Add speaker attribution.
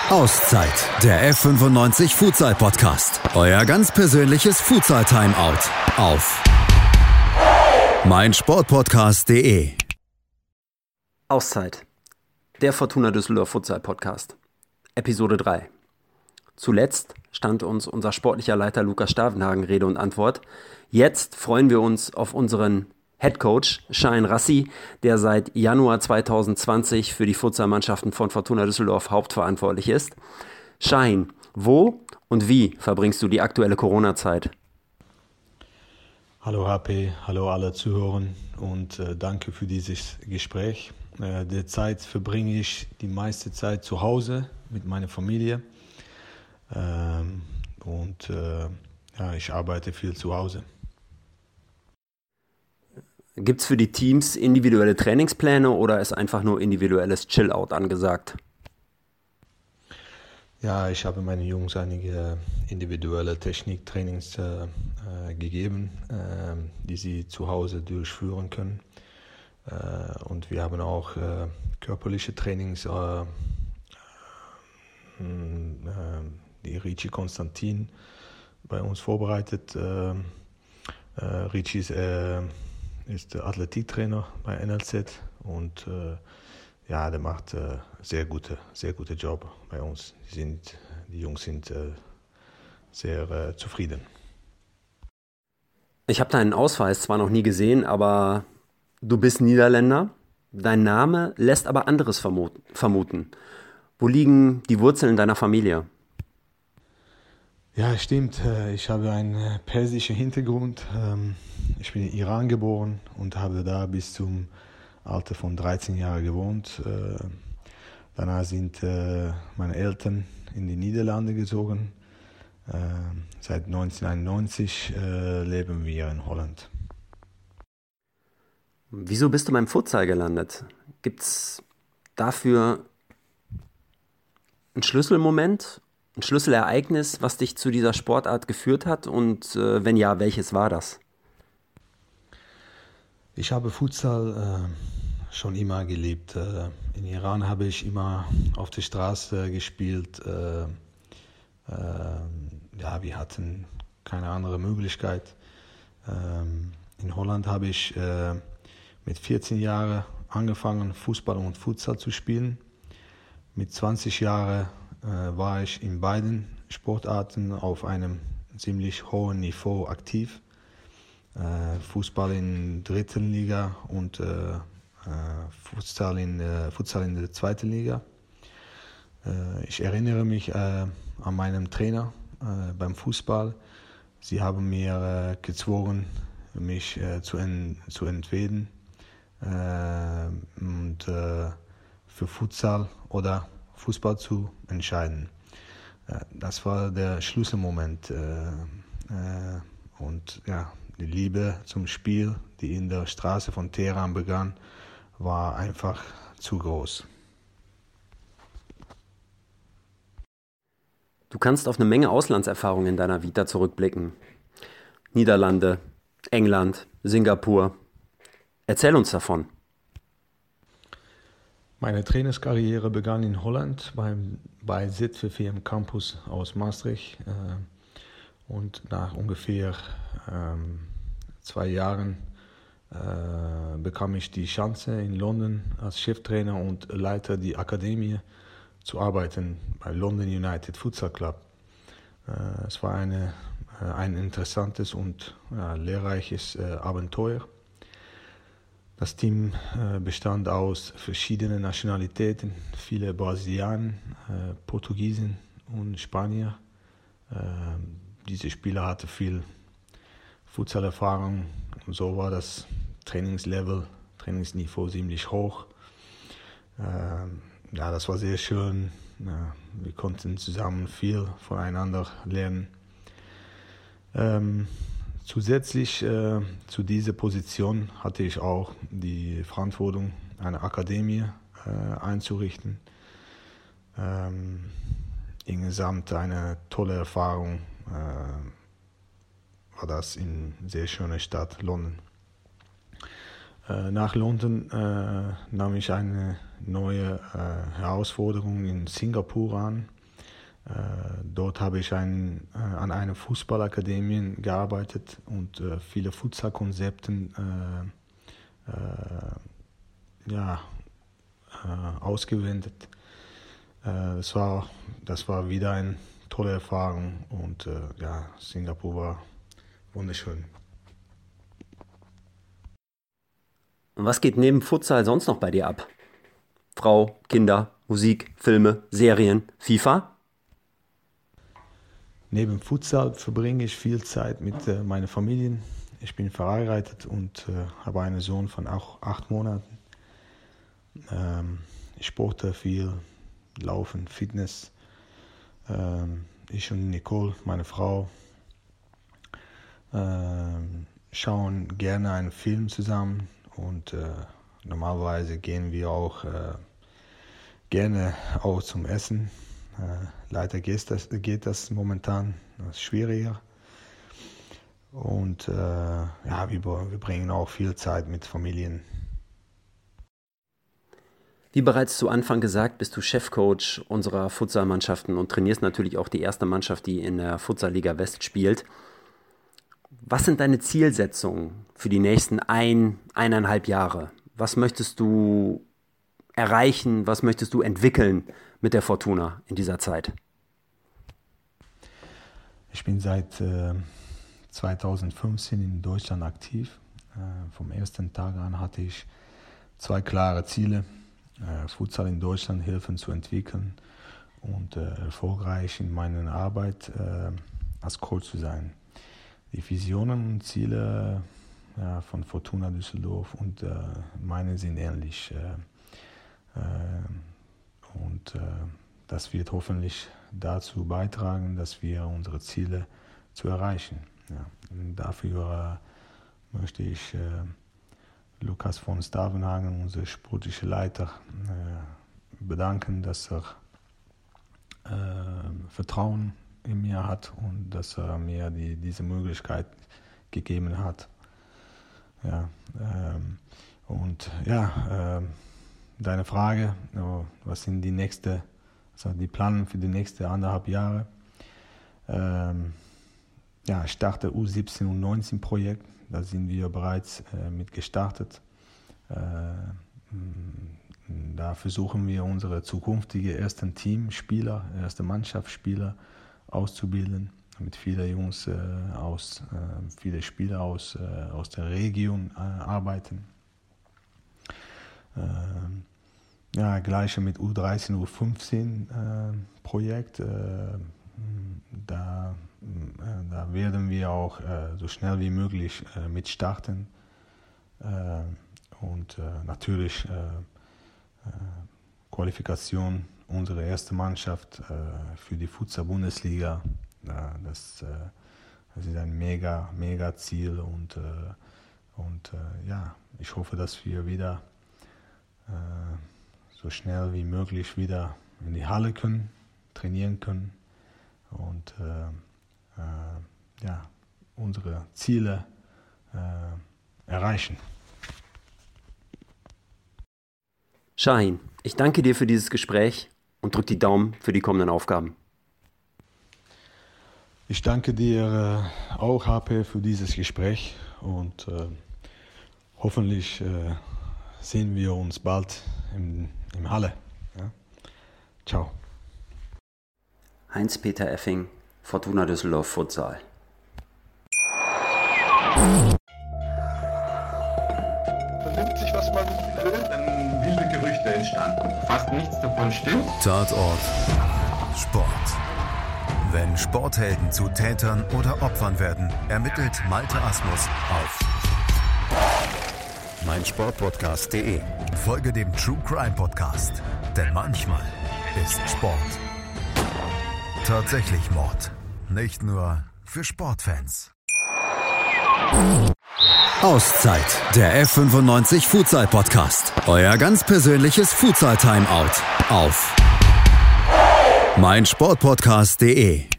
Speaker 1: Auszeit, der F95 Futsal Podcast. Euer ganz persönliches Futsal Timeout auf meinsportpodcast.de.
Speaker 2: Auszeit, der Fortuna Düsseldorf Futsal Podcast. Episode 3. Zuletzt stand uns unser sportlicher Leiter Lukas Stavenhagen Rede und Antwort. Jetzt freuen wir uns auf unseren Headcoach Shahin Rassi, der seit Januar 2020 für die Futsalmannschaften von Fortuna Düsseldorf hauptverantwortlich ist. Shahin, wo und wie verbringst du die aktuelle Corona-Zeit?
Speaker 3: Hallo HP, hallo alle Zuhörer und danke für dieses Gespräch. Derzeit verbringe ich die meiste Zeit zu Hause mit meiner Familie ich arbeite viel zu Hause.
Speaker 2: Gibt es für die Teams individuelle Trainingspläne oder ist einfach nur individuelles Chill-Out angesagt?
Speaker 3: Ja, ich habe meinen Jungs einige individuelle Techniktrainings gegeben, die sie zu Hause durchführen können. Und wir haben auch körperliche Trainings, die Richie Konstantin bei uns vorbereitet. Richie ist der Athletiktrainer bei NLZ und der macht sehr gute Job bei uns. Die Jungs sind sehr zufrieden.
Speaker 2: Ich habe deinen Ausweis zwar noch nie gesehen, aber du bist Niederländer. Dein Name lässt aber anderes vermuten. Wo liegen die Wurzeln deiner Familie?
Speaker 3: Ja, stimmt. Ich habe einen persischen Hintergrund. Ich bin in Iran geboren und habe da bis zum Alter von 13 Jahren gewohnt. Danach sind meine Eltern in die Niederlande gezogen. Seit 1991 leben wir in Holland.
Speaker 2: Wieso bist du beim Futsal gelandet? Gibt es dafür einen Schlüsselmoment, ein Schlüsselereignis, was dich zu dieser Sportart geführt hat? Und wenn ja, welches war das?
Speaker 3: Ich habe Futsal schon immer geliebt. In Iran habe ich immer auf der Straße gespielt. Wir hatten keine andere Möglichkeit. In Holland habe ich mit 14 Jahren angefangen, Fußball und Futsal zu spielen. Mit 20 Jahren war ich in beiden Sportarten auf einem ziemlich hohen Niveau aktiv. Fußball in der dritten Liga und Futsal in der zweiten Liga. Ich erinnere mich an meinen Trainer beim Fußball. Sie haben mir gezwungen, mich zu entscheiden und für Futsal oder Fußball zu entscheiden. Das war der Schlüsselmoment. Die Liebe zum Spiel, die in der Straße von Teheran begann, war einfach zu groß.
Speaker 2: Du kannst auf eine Menge Auslandserfahrung in deiner Vita zurückblicken. Niederlande, England, Singapur. Erzähl uns davon.
Speaker 3: Meine Trainerskarriere begann in Holland bei ZVV im Campus aus Maastricht. Und nach ungefähr 2 Jahren bekam ich die Chance, in London als Cheftrainer und Leiter der Akademie zu arbeiten bei London United Futsal Club. Es war ein interessantes und lehrreiches Abenteuer. Das Team bestand aus verschiedenen Nationalitäten, viele Brasilianer, Portugiesen und Spanier. Diese Spieler hatten viel Futsalerfahrung und so war das Trainingsniveau ziemlich hoch. Das war sehr schön. Wir konnten zusammen viel voneinander lernen. Zusätzlich zu dieser Position hatte ich auch die Verantwortung, eine Akademie einzurichten. Insgesamt eine tolle Erfahrung war das in einer sehr schönen Stadt London. Nach London nahm ich eine neue Herausforderung in Singapur an. Dort habe ich an einer Fußballakademie gearbeitet und viele Futsal-Konzepten ausgewendet. Das war wieder eine tolle Erfahrung und Singapur war wunderschön.
Speaker 2: Und was geht neben Futsal sonst noch bei dir ab? Frau, Kinder, Musik, Filme, Serien, FIFA?
Speaker 3: Neben Futsal verbringe ich viel Zeit mit meiner Familie. Ich bin verheiratet und habe einen Sohn von auch 8 Monaten. Ich sporte viel, Laufen, Fitness. Ich und Nicole, meine Frau, schauen gerne einen Film zusammen und normalerweise gehen wir auch gerne zum Essen. Leider geht das momentan schwieriger. Und wir bringen auch viel Zeit mit Familien.
Speaker 2: Wie bereits zu Anfang gesagt, bist du Chefcoach unserer Futsalmannschaften und trainierst natürlich auch die erste Mannschaft, die in der Futsal-Liga West spielt. Was sind deine Zielsetzungen für die nächsten 1,5 Jahre? Was möchtest du erreichen? Was möchtest du entwickeln mit der Fortuna in dieser Zeit?
Speaker 3: Ich bin seit 2015 in Deutschland aktiv. Vom ersten Tag an hatte ich 2 klare Ziele. Futsal in Deutschland helfen zu entwickeln und erfolgreich in meiner Arbeit als Coach zu sein. Die Visionen und Ziele von Fortuna Düsseldorf und meine sind ähnlich. Das wird hoffentlich dazu beitragen, dass wir unsere Ziele zu erreichen. Ja. Und dafür möchte ich Lukas von Stavenhagen, unser sportlicher Leiter, bedanken, dass er Vertrauen in mir hat und dass er mir diese Möglichkeit gegeben hat. Ja, deine Frage, was sind die Pläne für die nächsten 1,5 Jahre? Ich starte U17 und U19 Projekt, da sind wir bereits mit gestartet. Da versuchen wir unsere zukünftigen ersten Teamspieler, erste Mannschaftsspieler auszubilden, mit vielen Jungs viele Spieler aus der Region arbeiten. Gleiche mit U13, U15 Projekt. Da werden wir auch so schnell wie möglich mit starten. Und natürlich Qualifikation unserer ersten Mannschaft für die Futsal-Bundesliga. Das ist ein mega Ziel und ich hoffe, dass wir wieder so schnell wie möglich wieder in die Halle können, trainieren können und unsere Ziele erreichen.
Speaker 2: Shahin, ich danke dir für dieses Gespräch und drück die Daumen für die kommenden Aufgaben.
Speaker 3: Ich danke dir auch, HP, für dieses Gespräch und hoffentlich sehen wir uns bald im Halle. Ja? Ciao.
Speaker 2: Heinz-Peter Effing, Fortuna Düsseldorf Futsal.
Speaker 4: Vernimmt sich, was man will, dann wilde Gerüchte entstanden. Fast nichts davon stimmt.
Speaker 1: Tatort Sport. Wenn Sporthelden zu Tätern oder Opfern werden, ermittelt Malte Asmus auf meinsportpodcast.de. Folge dem True Crime Podcast, denn manchmal ist Sport tatsächlich Mord. Nicht nur für Sportfans. Auszeit, der F95 Futsal Podcast. Euer ganz persönliches Futsal Timeout auf meinsportpodcast.de.